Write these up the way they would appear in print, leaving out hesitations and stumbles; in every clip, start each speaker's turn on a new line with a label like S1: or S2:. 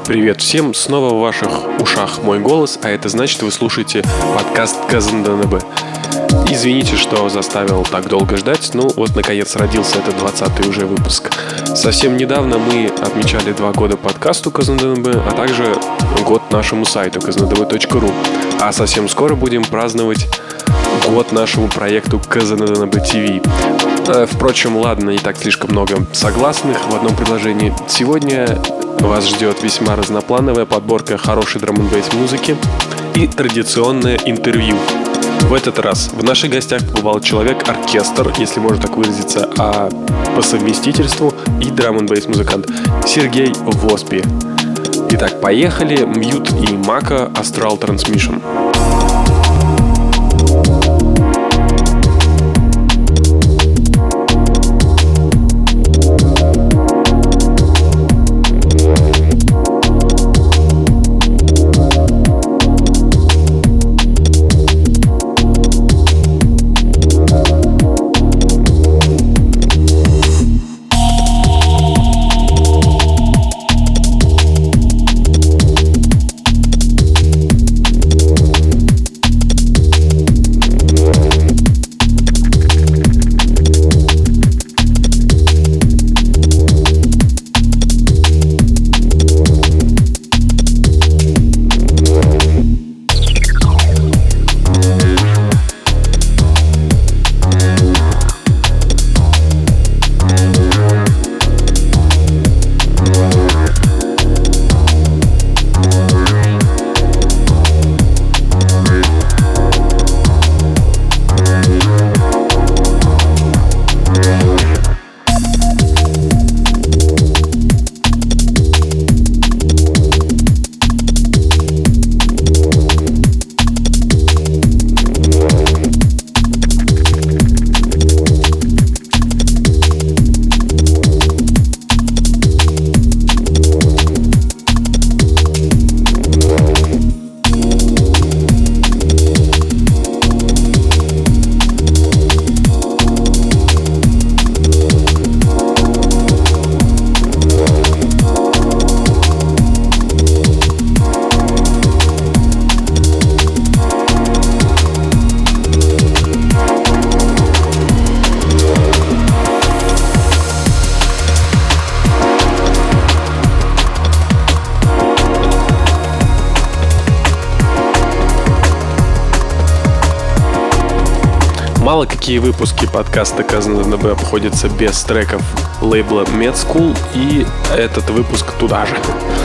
S1: Привет всем, снова в ваших ушах мой голос, а это значит, вы слушаете подкаст КЗНДНБ. Извините, что заставил так долго ждать, вот наконец родился этот 20-й уже выпуск. Совсем недавно мы отмечали 2 года подкасту КЗНДНБ, а также год нашему сайту kznb.ru. А совсем скоро будем праздновать год нашему проекту КЗНДНБ ТВ. Впрочем, ладно, не так слишком много согласных в одном предложении. Сегодня вас ждет весьма разноплановая подборка хорошей драм-н-бейс музыки и традиционное интервью. В этот раз в наших гостях побывал человек-оркестр, если можно так выразиться, а по совместительству и драм-н-бейс музыкант Сергей Воспи. Итак, поехали. Мьют и Мака Astral Transmission. Мало какие выпуски подкаста КЗНДНБ обходятся без треков лейбла Med School, и этот выпуск туда же.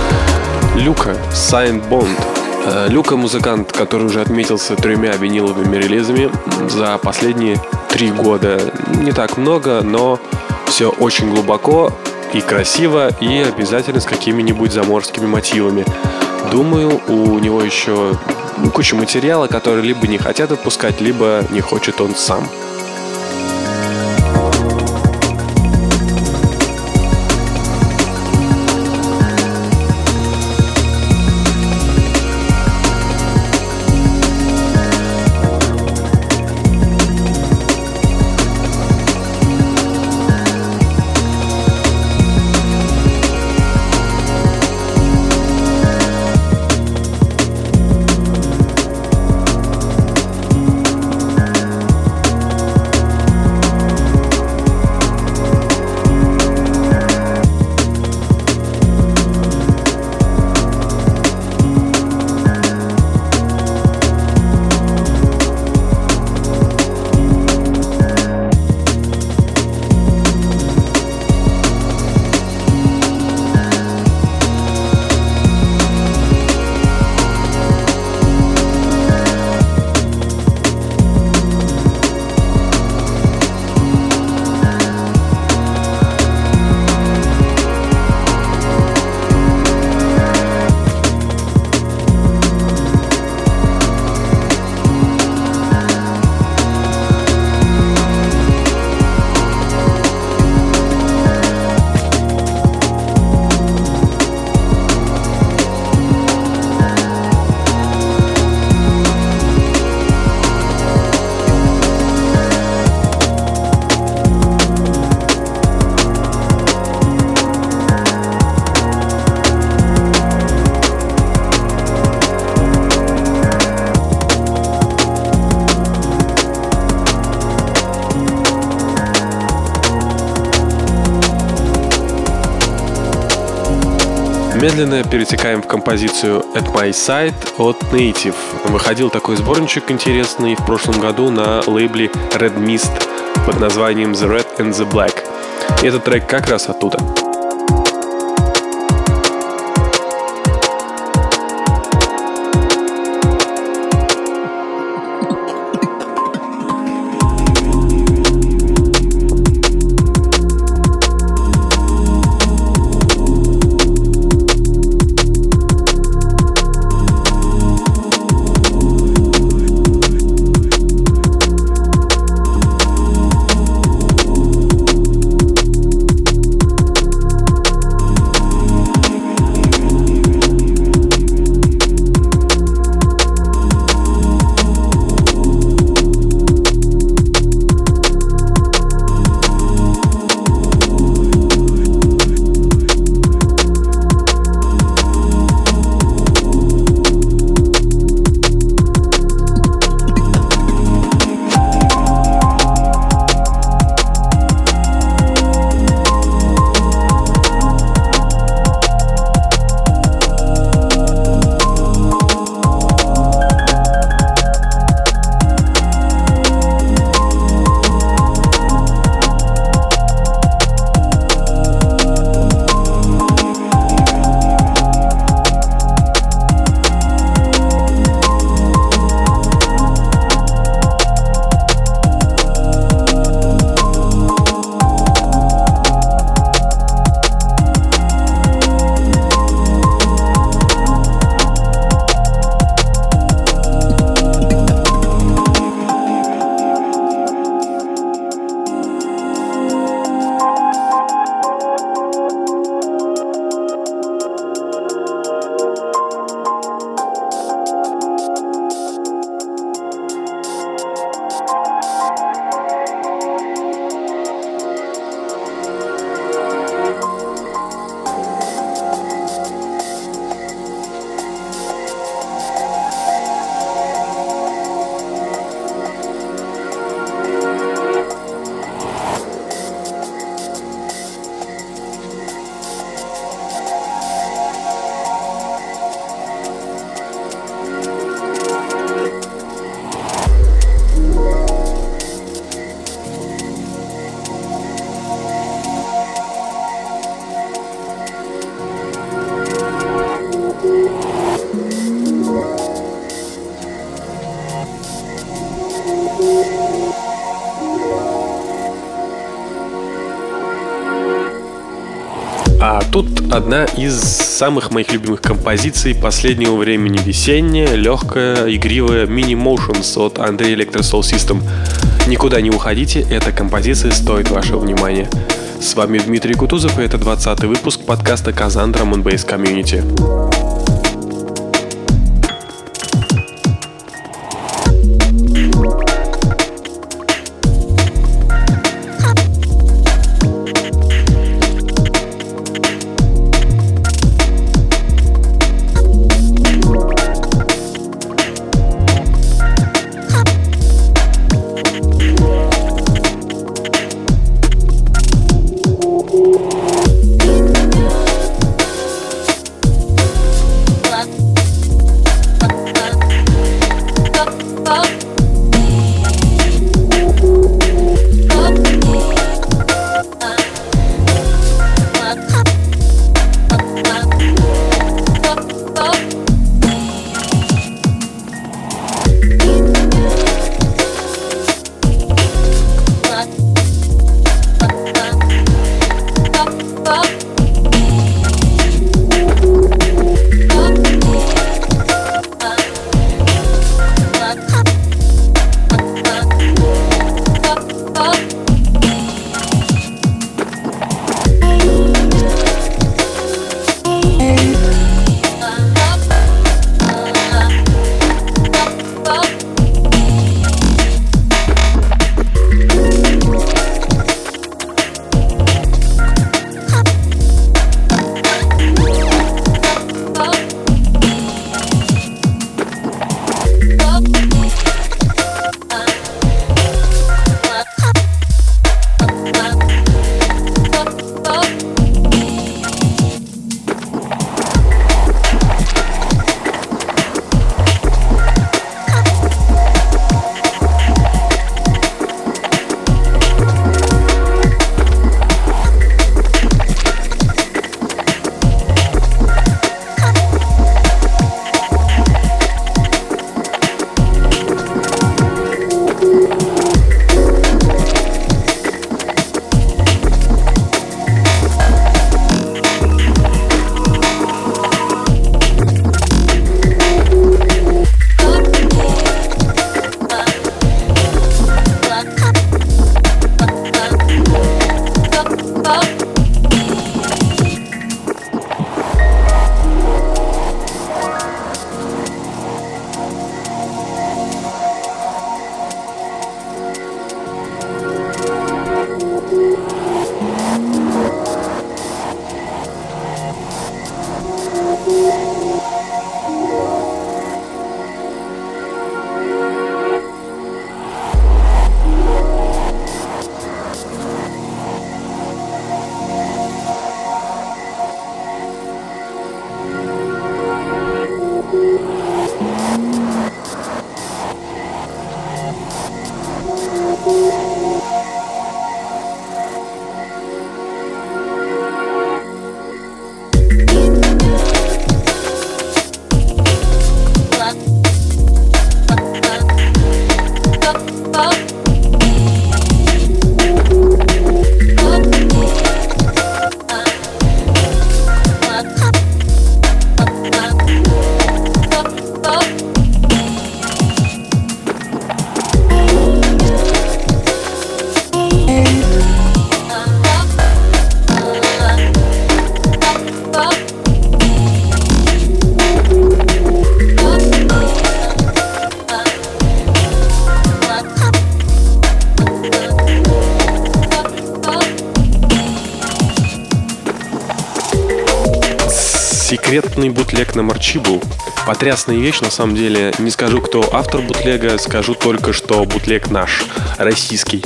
S1: Люка Signed Bond. Люка — музыкант, который уже отметился 3 виниловыми релизами за последние 3 года. Не так много, но все очень глубоко и красиво, и обязательно с какими-нибудь заморскими мотивами. Думаю, у него еще куча материала, который либо не хотят отпускать, либо не хочет он сам. Медленно перетекаем в композицию At My Side от Native. Выходил такой сборничек интересный в прошлом году на лейбле Red Mist под названием The Red and the Black. И этот трек как раз оттуда. А тут одна из самых моих любимых композиций последнего времени. Весенняя, легкая, игривая Mini Motions от Andrei Electro Soul System. Никуда не уходите, эта композиция стоит вашего внимания. С вами Дмитрий Кутузов, и это 20-й выпуск подкаста Kazan Drum & Bass Community. Секретный бутлег на Марчибу. Потрясная вещь, на самом деле. Не скажу, кто автор бутлега, скажу только, что бутлег наш, российский.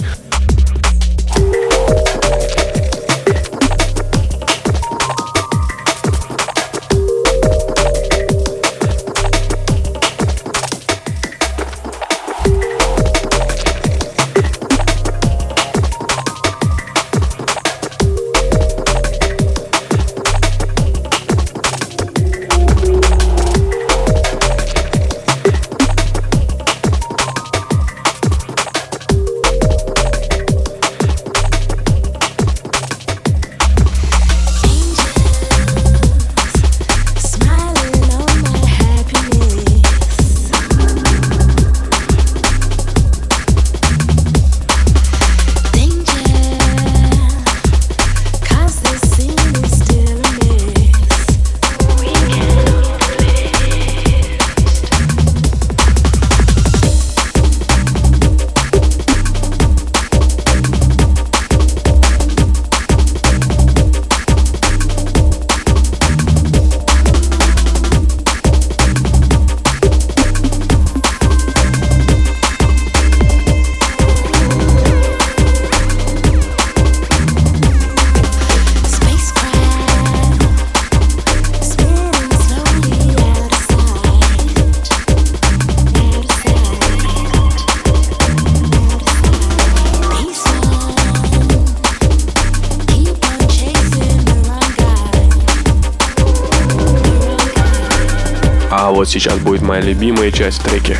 S1: А вот сейчас будет моя любимая часть в треке.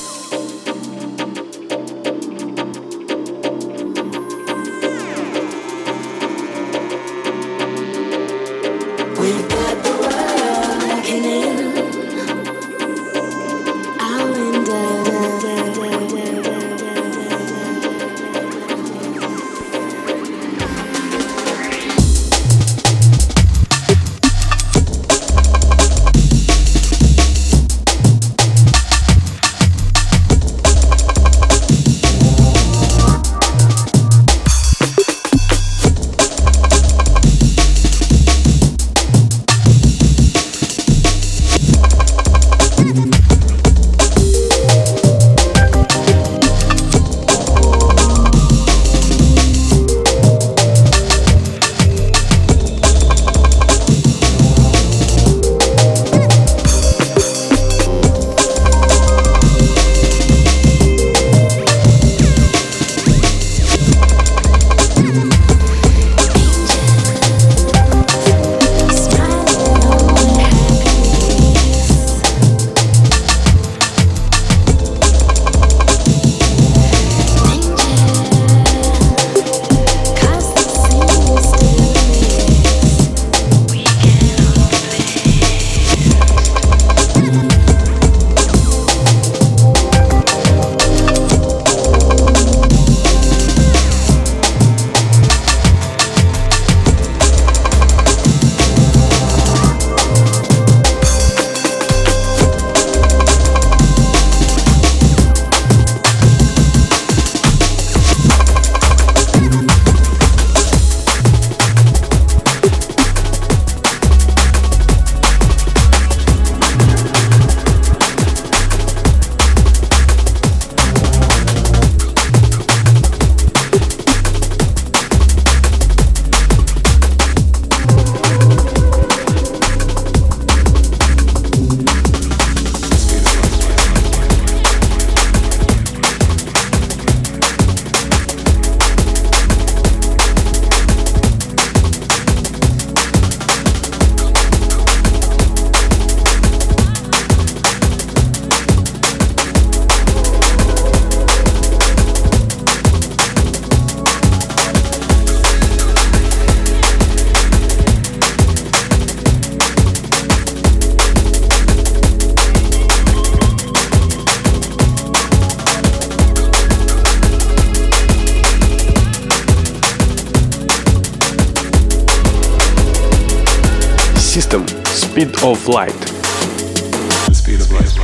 S1: System, Speed of Light.
S2: Speed of light.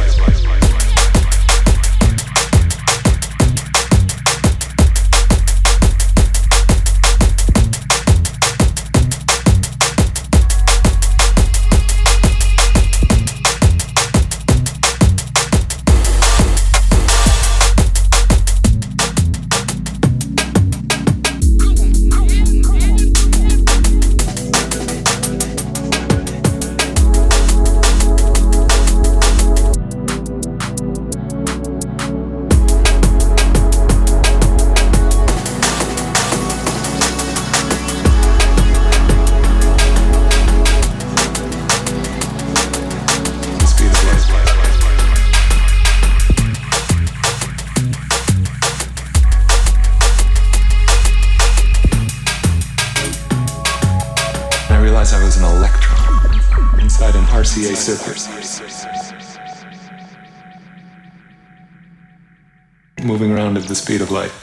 S2: as an electron inside an RCA circuit, moving around at the speed of light.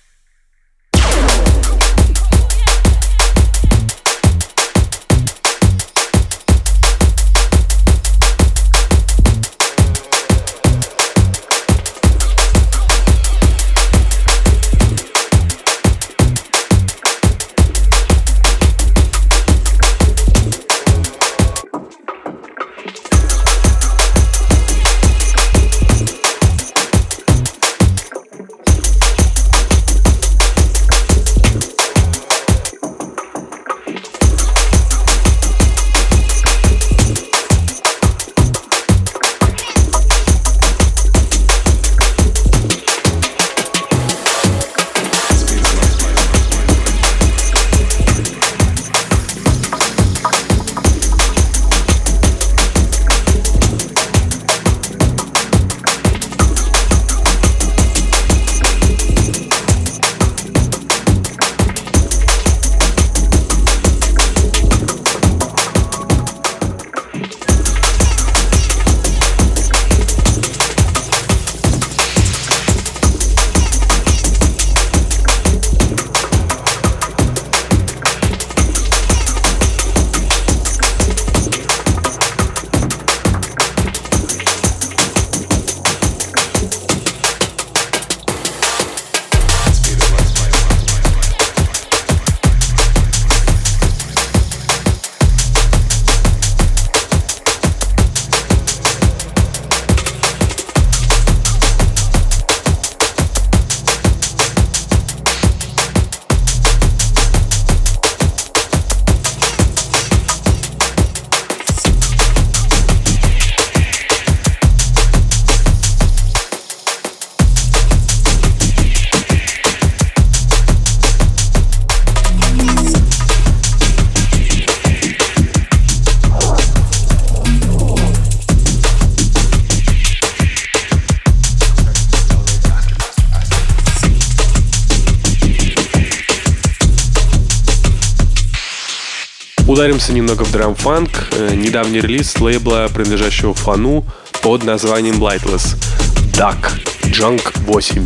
S1: Ударимся немного в драм-фанк. Недавний релиз лейбла, принадлежащего Фану, под названием Lightless. Duck Junk 8.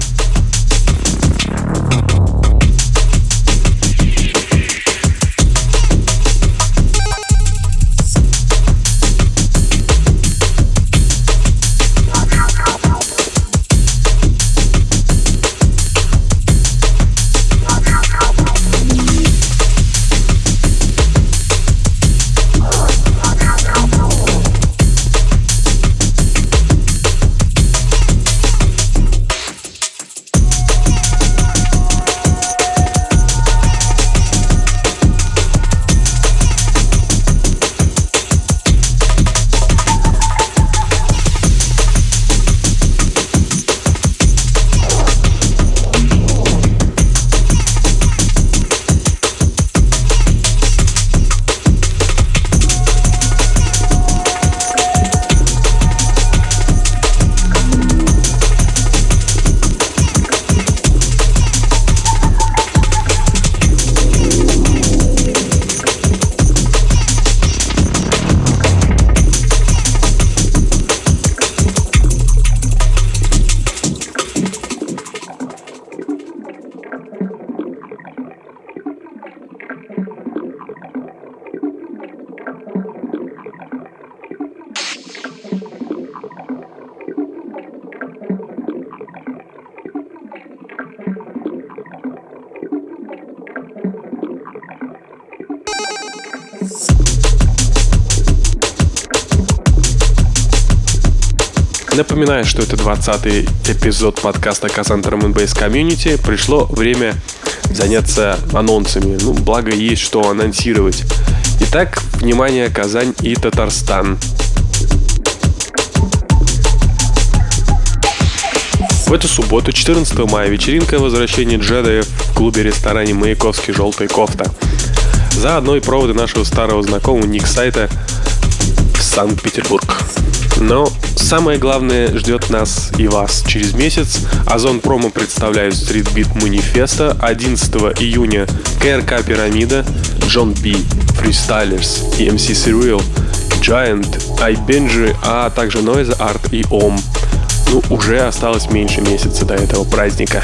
S1: Напоминаю, что это 20-й эпизод подкаста Kazan Drum & Bass Community. Пришло время заняться анонсами. Благо есть что анонсировать. Итак, внимание, Казань и Татарстан. В эту субботу, 14 мая, вечеринка возвращения джедаев в клубе-ресторане «Маяковский. Желтая кофта». Заодно и проводы нашего старого знакомого Ник Сайта в Санкт-Петербург. Но самое главное ждет нас и вас через месяц. Озон Промо представляют Street Beat Manifesto. 11 июня КРК Пирамида, Джон Пи, Freestylers и MC Serial, Giant, iBenji, а также Noise Art и Om. Ну, уже осталось меньше месяца до этого праздника.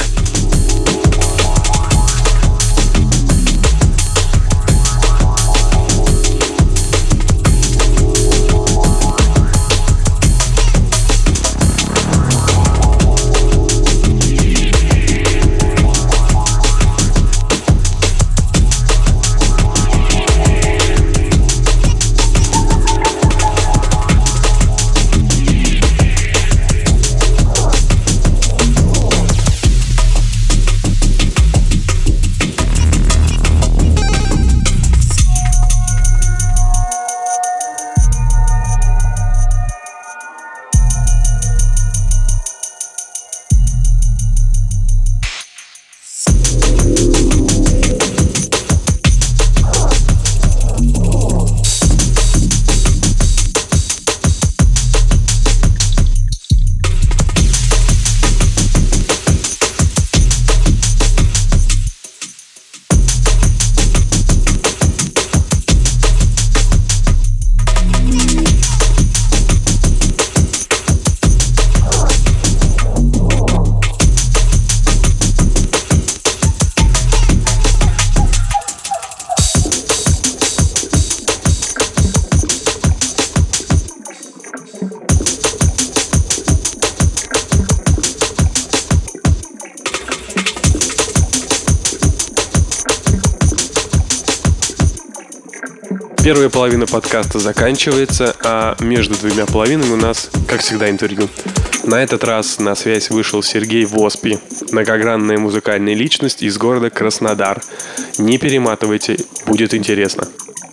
S1: Первая половина подкаста заканчивается, а между двумя половинами у нас, как всегда, интервью. На этот раз на связь вышел Сергей Воспи, многогранная музыкальная личность из города Краснодар. Не перематывайте, будет интересно.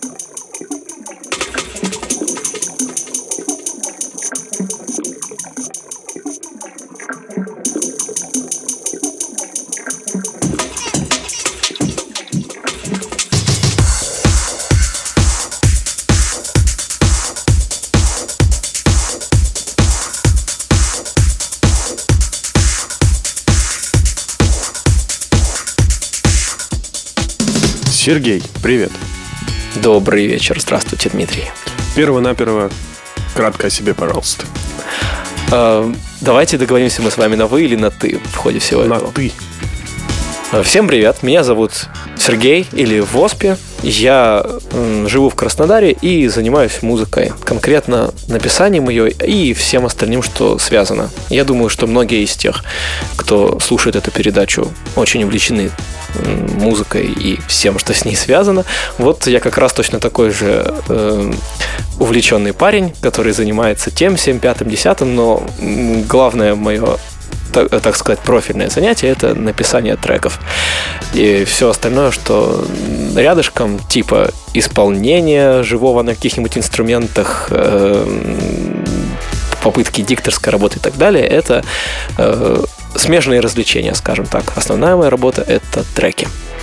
S1: Сергей, привет.
S3: Добрый вечер. Здравствуйте, Дмитрий.
S1: Перво-наперво, кратко о себе, пожалуйста.
S3: Давайте договоримся мы с вами на «вы» или на «ты» в ходе всего этого.
S1: На «ты».
S3: Всем привет. Меня зовут Сергей или Воспи. Я живу в Краснодаре и занимаюсь музыкой. Конкретно написанием ее и всем остальным, что связано. Я думаю, что многие из тех, кто слушает эту передачу, очень увлечены музыкой и всем, что с ней связано. Вот я как раз точно такой же увлеченный парень, который занимается тем, всем, пятым, десятым, но главное мое, так сказать, профильное занятие — это написание треков. И все остальное, что рядышком, типа исполнения живого на каких-нибудь инструментах, попытки дикторской работы и так далее, это смежные развлечения, скажем так. Основная моя работа — это треки.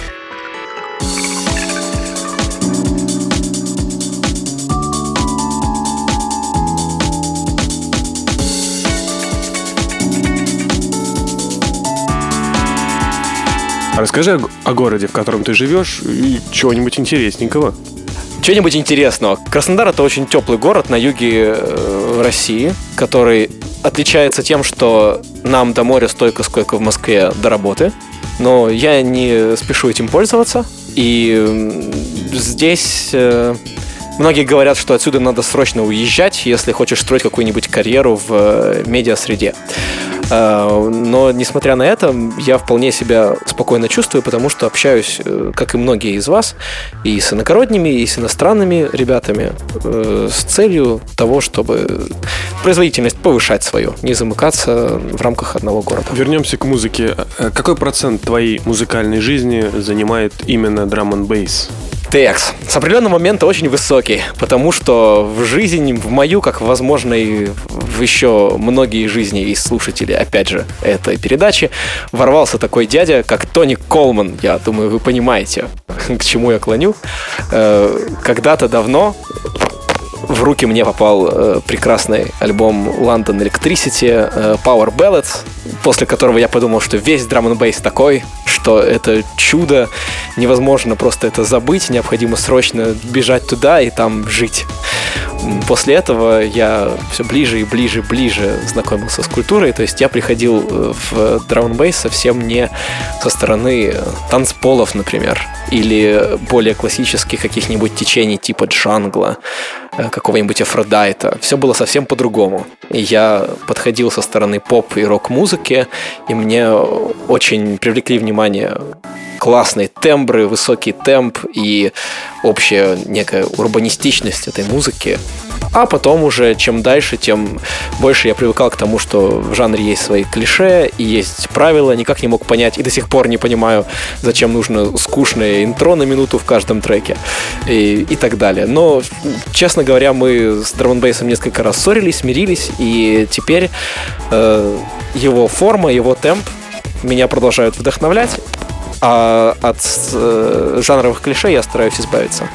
S1: Расскажи о городе, в котором ты живешь, и чего-нибудь интересненького.
S3: Чего-нибудь интересного. Краснодар — это очень теплый город на юге России, который отличается тем, что нам до моря столько, сколько в Москве до работы. Но я не спешу этим пользоваться. И здесь многие говорят, что отсюда надо срочно уезжать, если хочешь строить какую-нибудь карьеру в медиасреде. Но, несмотря на это, я вполне себя спокойно чувствую, потому что общаюсь, как и многие из вас, и с иногородними, и с иностранными ребятами, с целью того, чтобы производительность повышать свою, не замыкаться в рамках одного города.
S1: Вернемся к музыке. Какой процент твоей музыкальной жизни занимает именно драм-н-бейс?
S3: Текс. С определенного момента очень высокий, потому что в жизнь, в мою, как возможно и в еще многие жизни и слушателей, опять же, этой передачи, ворвался такой дядя, как Тони Колман. Я думаю, вы понимаете, к чему я клоню. Когда-то давно в руки мне попал прекрасный альбом London Electricity Power Ballads, после которого я подумал, что весь драм-н-бейс такой, что это чудо, невозможно просто это забыть, необходимо срочно бежать туда и там жить. После этого я все ближе и ближе знакомился с культурой, то есть я приходил в драм-н-бейс совсем не со стороны танцполов, например, или более классических каких-нибудь течений типа джангла, какого-нибудь Афродайта. Все было совсем по-другому. И я подходил со стороны поп и рок-музыки, и мне очень привлекли внимание классные тембры, высокий темп и общая некая урбанистичность этой музыки. А потом уже, чем дальше, тем больше я привыкал к тому, что в жанре есть свои клише и есть правила, никак не мог понять и до сих пор не понимаю, зачем нужно скучное интро на минуту в каждом треке и так далее. Но, честно говоря, мы с драм-н-бейсом несколько раз ссорились, смирились, и теперь его форма, его темп меня продолжают вдохновлять, а от жанровых клише я стараюсь избавиться.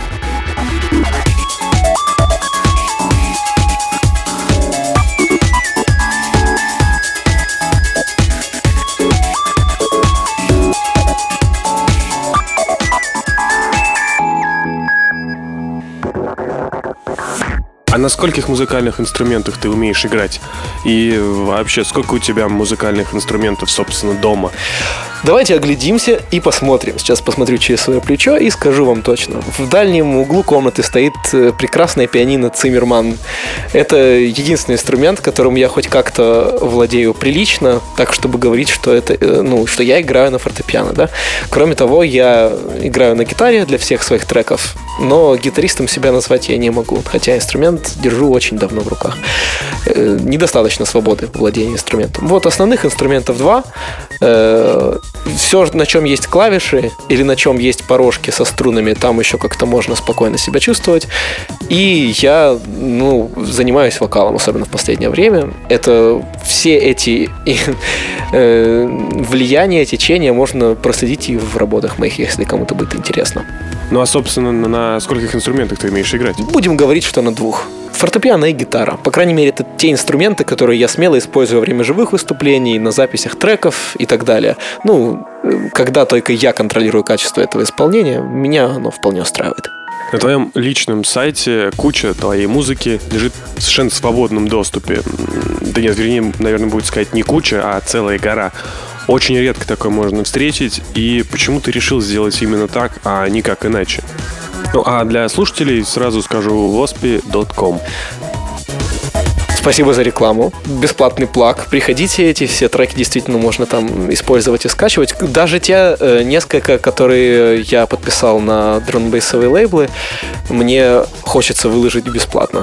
S1: А на скольких музыкальных инструментах ты умеешь играть? И вообще, сколько у тебя музыкальных инструментов, собственно, дома?
S3: Давайте оглядимся и посмотрим. Сейчас посмотрю через свое плечо и скажу вам точно. В дальнем углу комнаты стоит прекрасная пианино Циммерман. Это единственный инструмент, которым я хоть как-то владею прилично, так чтобы говорить, что это, что я играю на фортепиано, да. Кроме того, я играю на гитаре для всех своих треков, но гитаристом себя назвать я не могу, хотя инструмент держу очень давно в руках. Недостаточно свободы в владении инструментом. Вот основных инструментов два. Все, на чем есть клавиши или на чем есть порожки со струнами, там еще как-то можно спокойно себя чувствовать. И я, занимаюсь вокалом, особенно в последнее время. Это все эти влияния, течения можно проследить и в работах моих, если кому-то будет интересно.
S1: Ну а, собственно, на скольких инструментах ты умеешь играть?
S3: Будем говорить, что на двух. Фортепиано и гитара. По крайней мере, это те инструменты, которые я смело использую во время живых выступлений, на записях треков и так далее. Когда только я контролирую качество этого исполнения, меня оно вполне устраивает.
S1: На твоем личном сайте куча твоей музыки лежит в совершенно свободном доступе. Да нет, вернее, наверное, будет сказать не куча, а целая гора. Очень редко такое можно встретить. И почему ты решил сделать именно так, а не как иначе? А для слушателей сразу скажу wasp.com.
S3: Спасибо за рекламу. Бесплатный плаг. Приходите, эти все треки действительно можно там использовать и скачивать. Даже те несколько, которые я подписал на драм-н-бейсовые лейблы, мне хочется выложить бесплатно.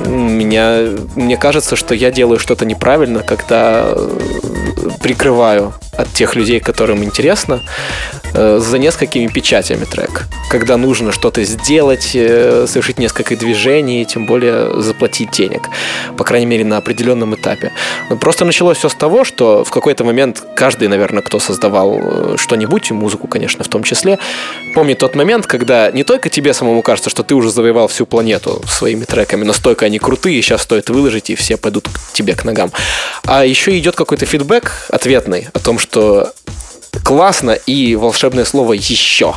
S3: Мне кажется, что я делаю что-то неправильно, когда прикрываю от тех людей, которым интересно, за несколькими печатями трек. Когда нужно что-то сделать, совершить несколько движений, тем более заплатить денег. По крайней мере, на определенном этапе. Просто началось все с того, что в какой-то момент каждый, наверное, кто создавал что-нибудь, и музыку, конечно, в том числе, помнит тот момент, когда не только тебе самому кажется, что ты уже завоевал всю планету своими треками, настолько они крутые, сейчас стоит выложить, и все пойдут к тебе к ногам. А еще идет какой-то фидбэк ответный о том, что классно и волшебное слово «еще».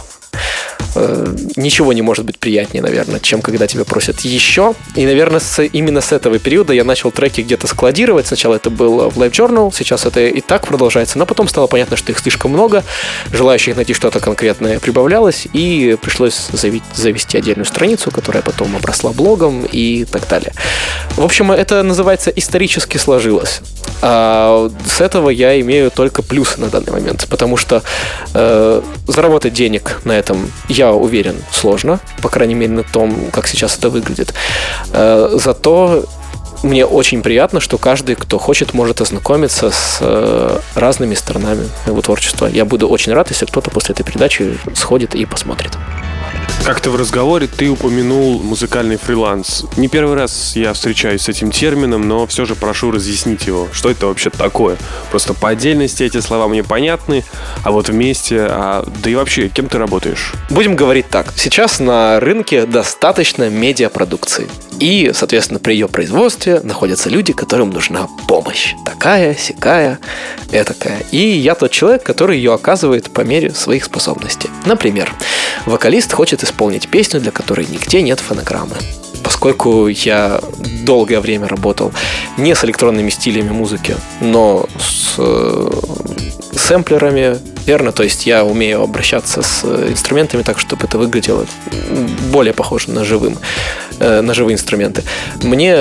S3: Ничего не может быть приятнее, наверное, чем когда тебя просят еще. И, наверное, именно с этого периода я начал треки где-то складировать. Сначала это было в Live Journal, сейчас это и так продолжается. Но потом стало понятно, что их слишком много. Желающих найти что-то конкретное прибавлялось. И пришлось завести отдельную страницу, которая потом обросла блогом и так далее. В общем, это называется «исторически сложилось». А с этого я имею только плюсы на данный момент. Потому что заработать денег на этом, я уверен, сложно, по крайней мере на том, как сейчас это выглядит. Зато мне очень приятно, что каждый, кто хочет, может ознакомиться с разными сторонами его творчества. Я буду очень рад, если кто-то после этой передачи сходит и посмотрит.
S1: Как-то в разговоре ты упомянул музыкальный фриланс. Не первый раз я встречаюсь с этим термином, но все же прошу разъяснить его. Что это вообще такое? Просто по отдельности эти слова мне понятны, а вот вместе... Да и вообще, кем ты работаешь?
S3: Будем говорить так. Сейчас на рынке достаточно медиапродукции. И, соответственно, при ее производстве находятся люди, которым нужна помощь. Такая, сякая, этакая. И я тот человек, который ее оказывает по мере своих способностей. Например, вокалист хочет исполнить песню, для которой нигде нет фонограммы. Поскольку я долгое время работал не с электронными стилями музыки, но с сэмплерами, верно? То есть я умею обращаться с инструментами так, чтобы это выглядело более похоже на живые инструменты. Мне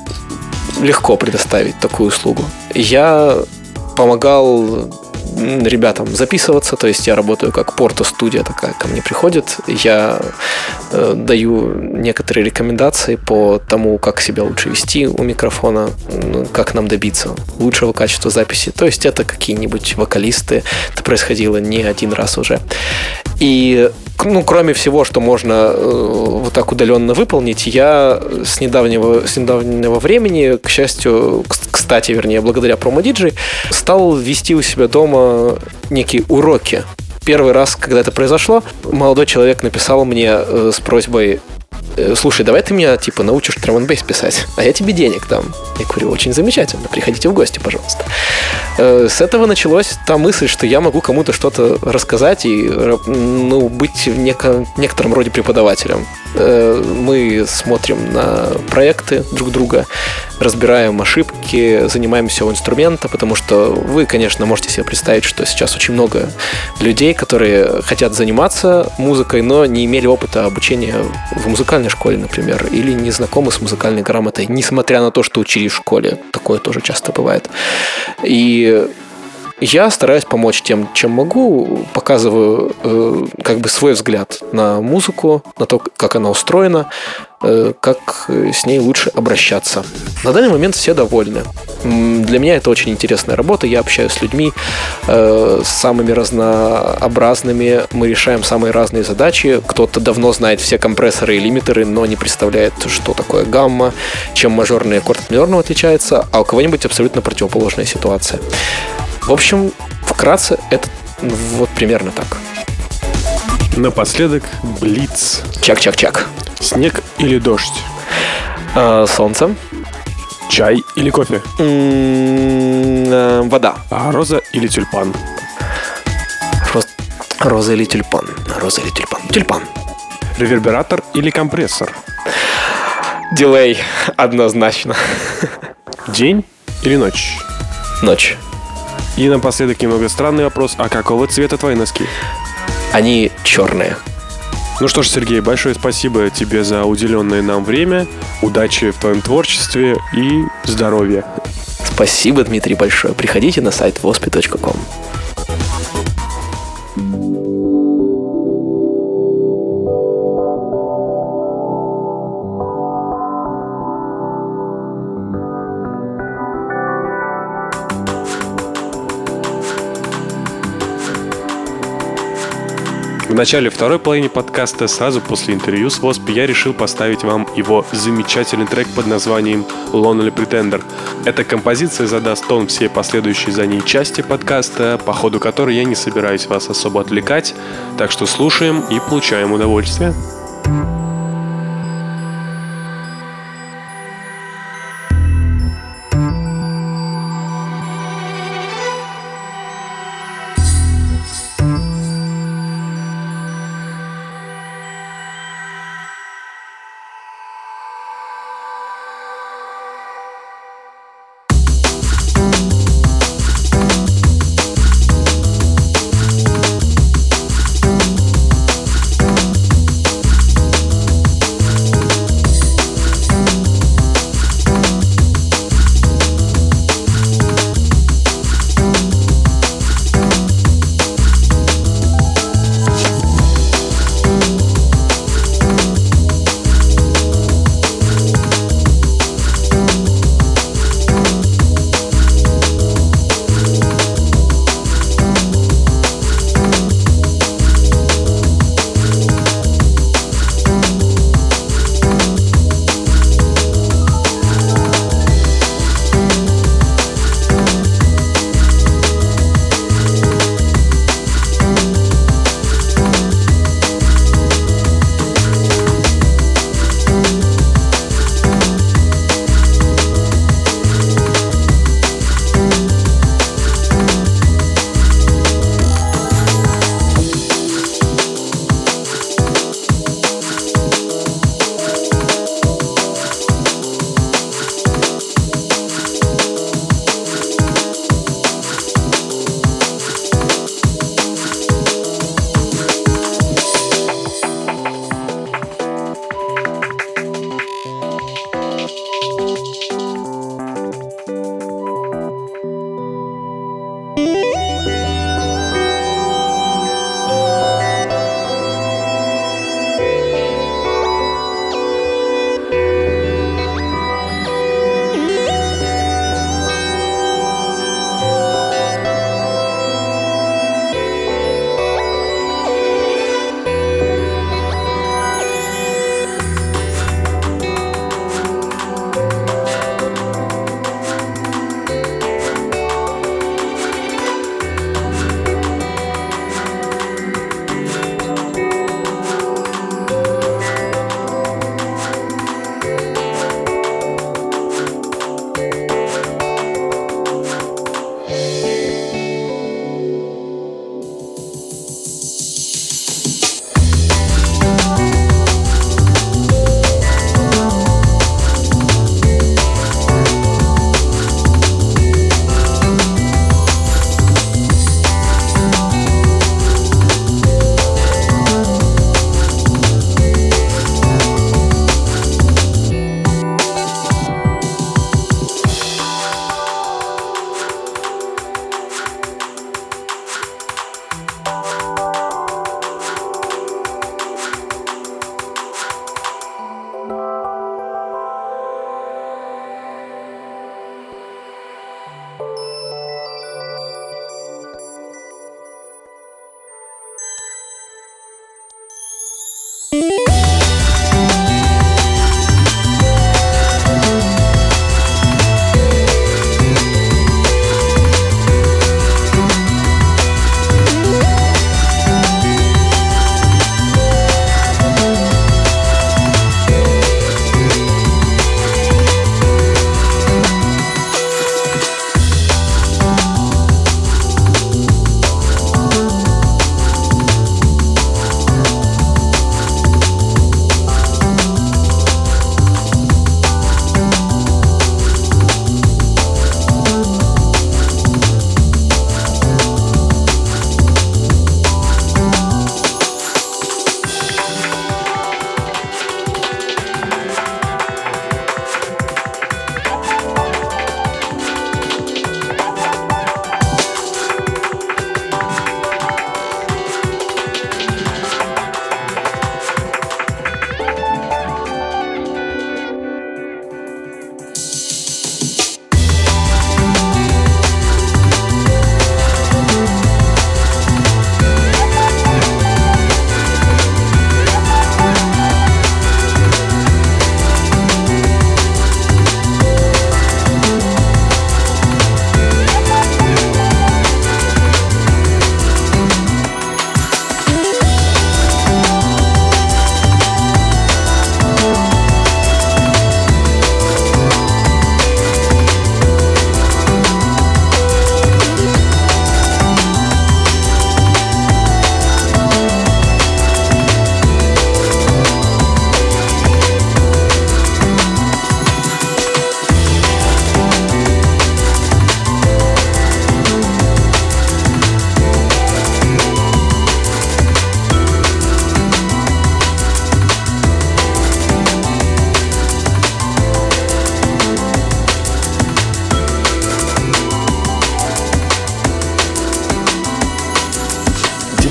S3: легко предоставить такую услугу. Я помогал ребятам записываться, то есть я работаю как порто-студия такая, ко мне приходит, я даю некоторые рекомендации по тому, как себя лучше вести у микрофона, как нам добиться лучшего качества записи, то есть это какие-нибудь вокалисты, это происходило не один раз уже. И, кроме всего, что можно вот так удаленно выполнить, я с недавнего времени, к счастью, кстати, благодаря промо-диджей, стал вести у себя дома некие уроки. Первый раз, когда это произошло, молодой человек написал мне с просьбой: слушай, давай ты меня, научишь драм-н-бейс писать, а я тебе денег дам. Я говорю, очень замечательно, приходите в гости, пожалуйста. С этого началась та мысль, что я могу кому-то что-то рассказать и быть в некотором роде преподавателем. Мы смотрим на проекты друг друга, разбираем ошибки, занимаемся у инструмента, потому что вы, конечно, можете себе представить, что сейчас очень много людей, которые хотят заниматься музыкой, но не имели опыта обучения в музыкальной школе, например, или не знакомы с музыкальной грамотой, несмотря на то, что учили в школе. Такое тоже часто бывает. И я стараюсь помочь тем, чем могу, показываю свой взгляд на музыку, на то, как она устроена, как с ней лучше обращаться. На данный момент все довольны. Для меня это очень интересная работа. Я общаюсь с людьми самыми разнообразными. Мы решаем самые разные задачи. Кто-то давно знает все компрессоры и лимитеры, но не представляет, что такое гамма, чем мажорный аккорд от минорного отличается, а у кого-нибудь абсолютно противоположная ситуация. В общем, вкратце, это вот примерно так.
S1: Напоследок, блиц.
S3: Чак-чак-чак.
S1: Снег или дождь?
S3: Солнце.
S1: Чай или кофе?
S3: Вода.
S1: А роза или тюльпан?
S3: Роза или тюльпан? Роза или тюльпан? Тюльпан.
S1: Ревербератор или компрессор?
S3: Дилей, однозначно.
S1: День или ночь?
S3: Ночь.
S1: И напоследок немного странный вопрос. А какого цвета твои носки?
S3: Они черные.
S1: Ну что ж, Сергей, большое спасибо тебе за уделенное нам время. Удачи в твоем творчестве и здоровья.
S3: Спасибо, Дмитрий, большое. Приходите на сайт wasp.com.
S1: В начале второй половины подкаста, сразу после интервью с Wasp, я решил поставить вам его замечательный трек под названием Lonely Pretender. Эта композиция задаст тон всей последующей за ней части подкаста, по ходу которой я не собираюсь вас особо отвлекать, так что слушаем и получаем удовольствие.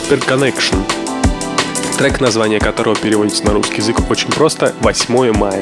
S1: Hyperconnection. Трек, название которого переводится на русский язык очень просто «8 мая».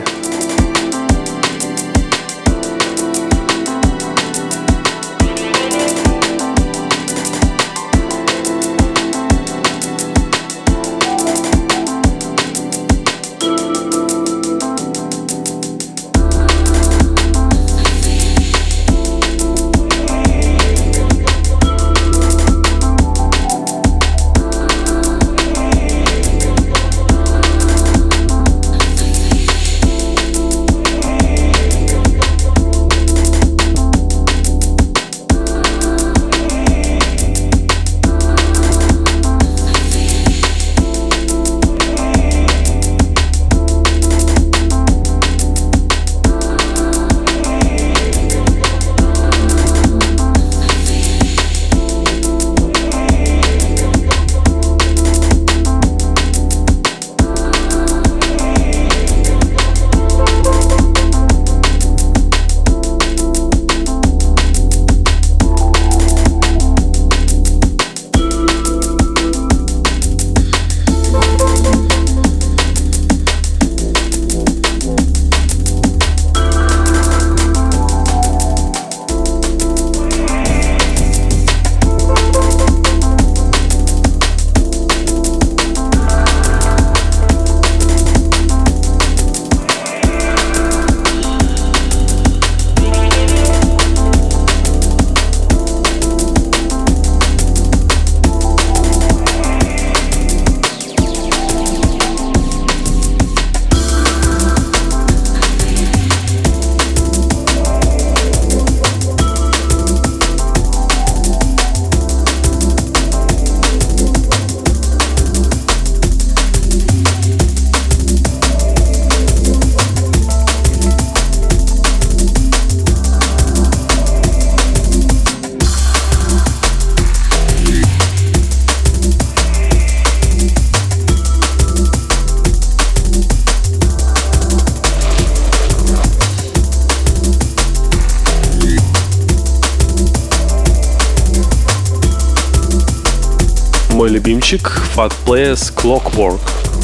S1: Мой любимчик Fat Players Clockwork.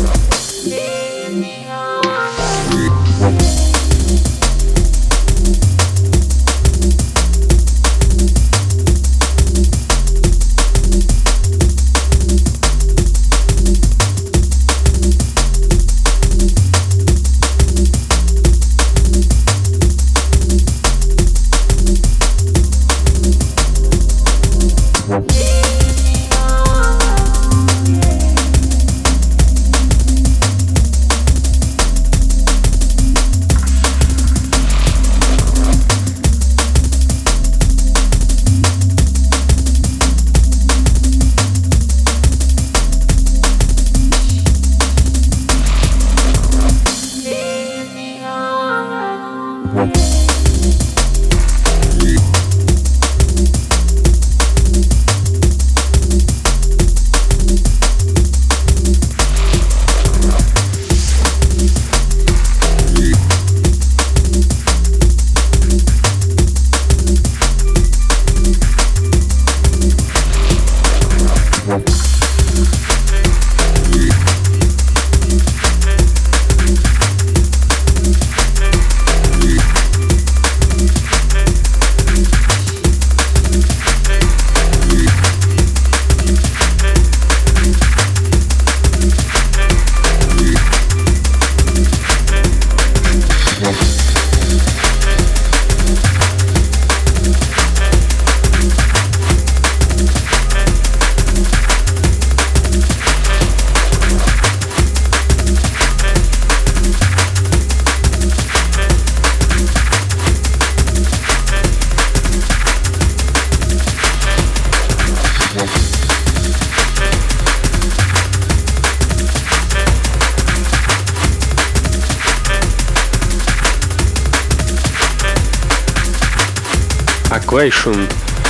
S1: Aquation,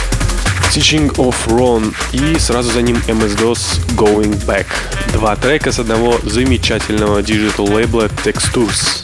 S1: Teaching of Ron и сразу за ним MS-DOS Going Back. Два трека с одного замечательного диджитал лейбла Textures.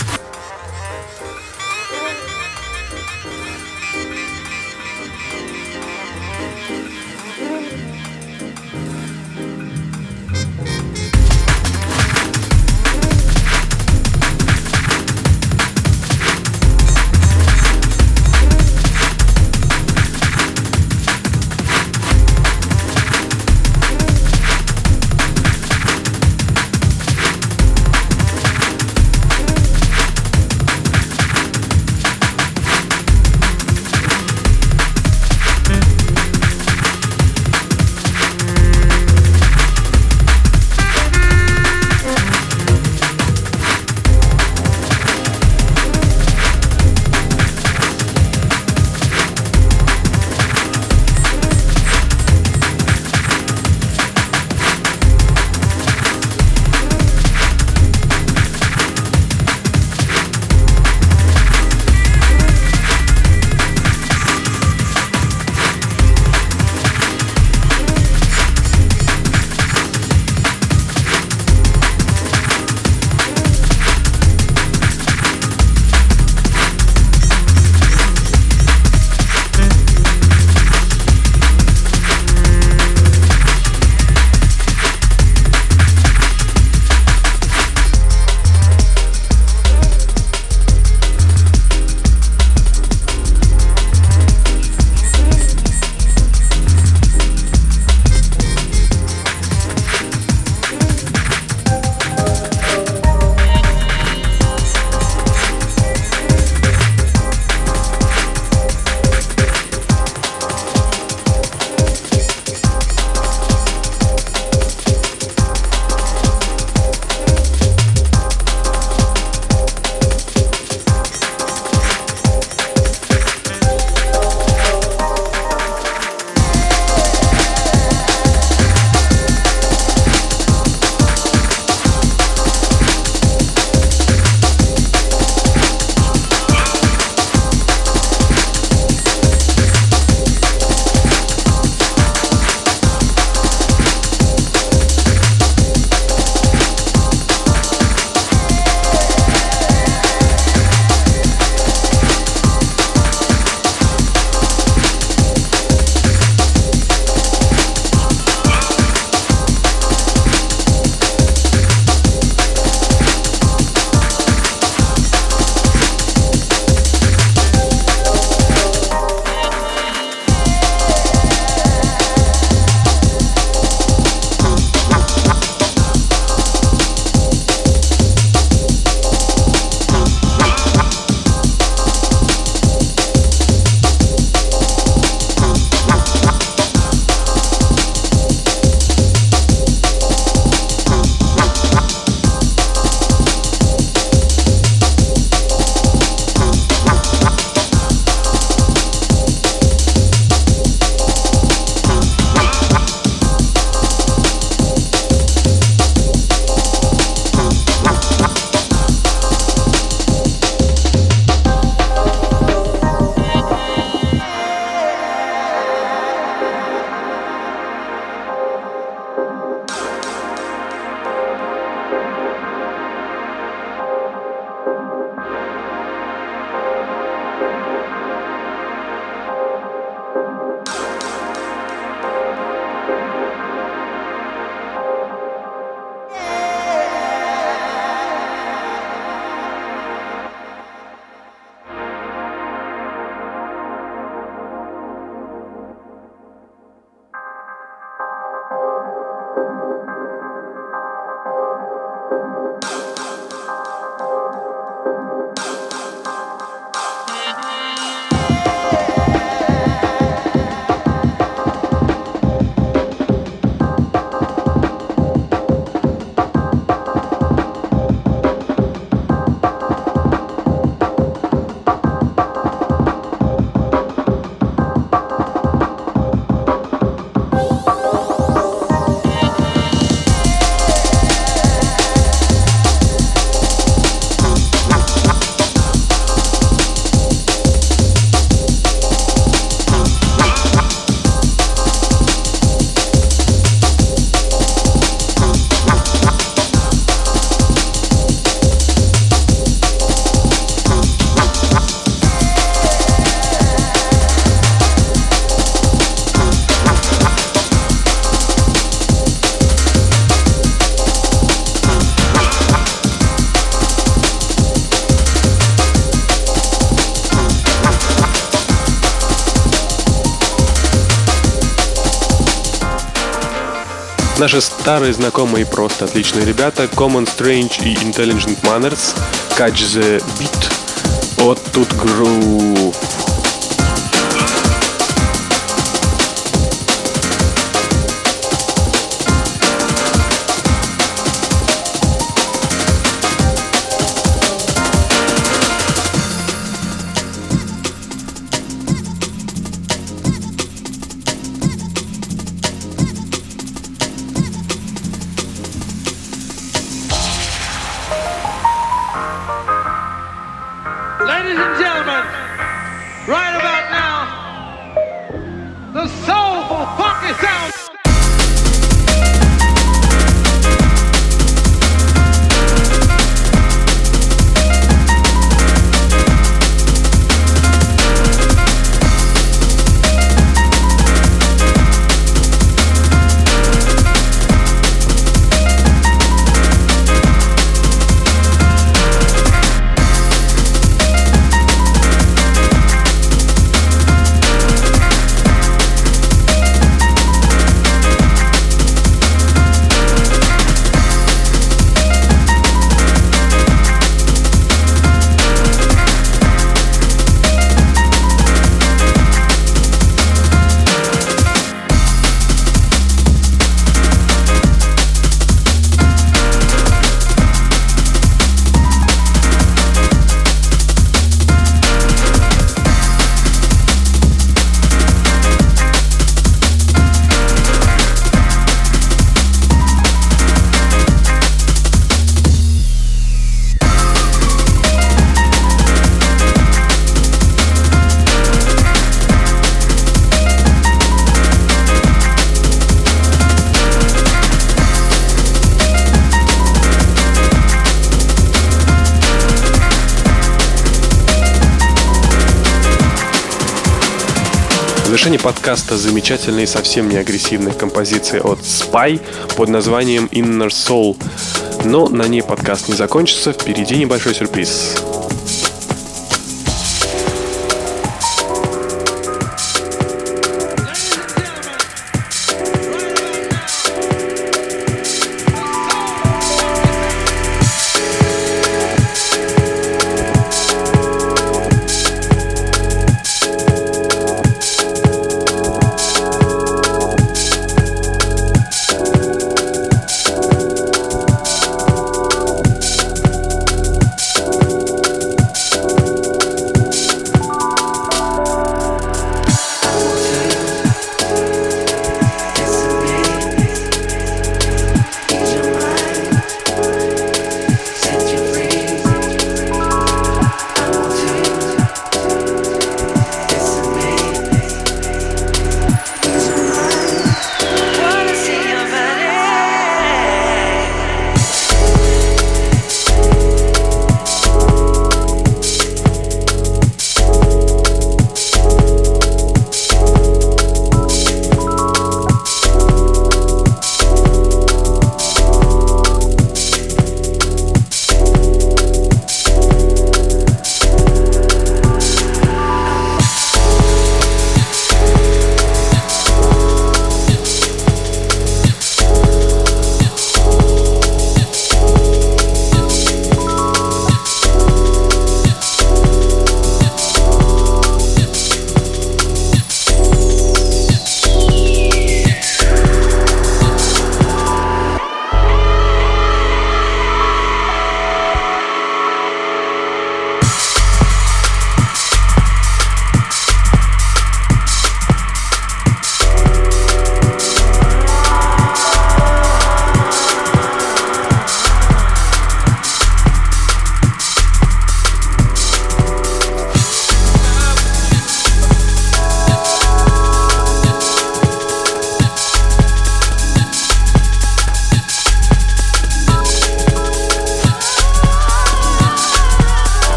S1: Наши старые знакомые и просто отличные ребята Common Strange и Intelligent Manners, Catch the Beat, вот тут грув.
S4: Ladies and gentlemen, right about now, the soulful funky sound.
S1: В завершении подкаста замечательная и совсем не агрессивная композиция от Spy под названием Inner Soul. Но на ней подкаст не закончится, впереди небольшой сюрприз.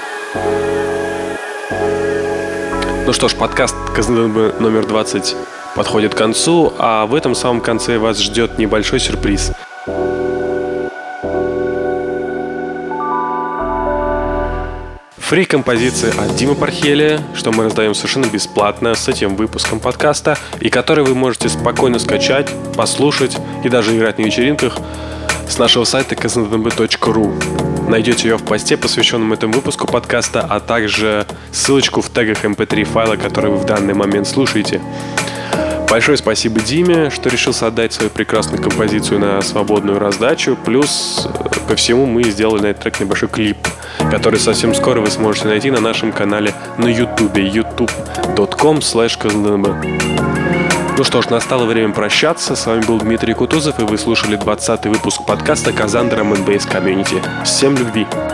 S1: Ну что ж, подкаст КЗНБ номер 20 подходит к концу, а в этом самом конце вас ждет небольшой сюрприз. Фри-композиции от Димы Пархелия, что мы раздаем совершенно бесплатно с этим выпуском подкаста, и который вы можете спокойно скачать, послушать и даже играть на вечеринках с нашего сайта kazndnb.ru. Найдете ее в посте, посвященном этому выпуску подкаста, а также ссылочку в тегах mp3 файла, который вы в данный момент слушаете. Большое спасибо Диме, что решился отдать свою прекрасную композицию на свободную раздачу. Плюс ко всему мы сделали на этот трек небольшой клип, который совсем скоро вы сможете найти на нашем канале на YouTube, youtube.com/kazndnb. Ну что ж, настало время прощаться. С вами был Дмитрий Кутузов, и вы слушали 20-й выпуск подкаста Казан Drum & Bass Community. Всем любви!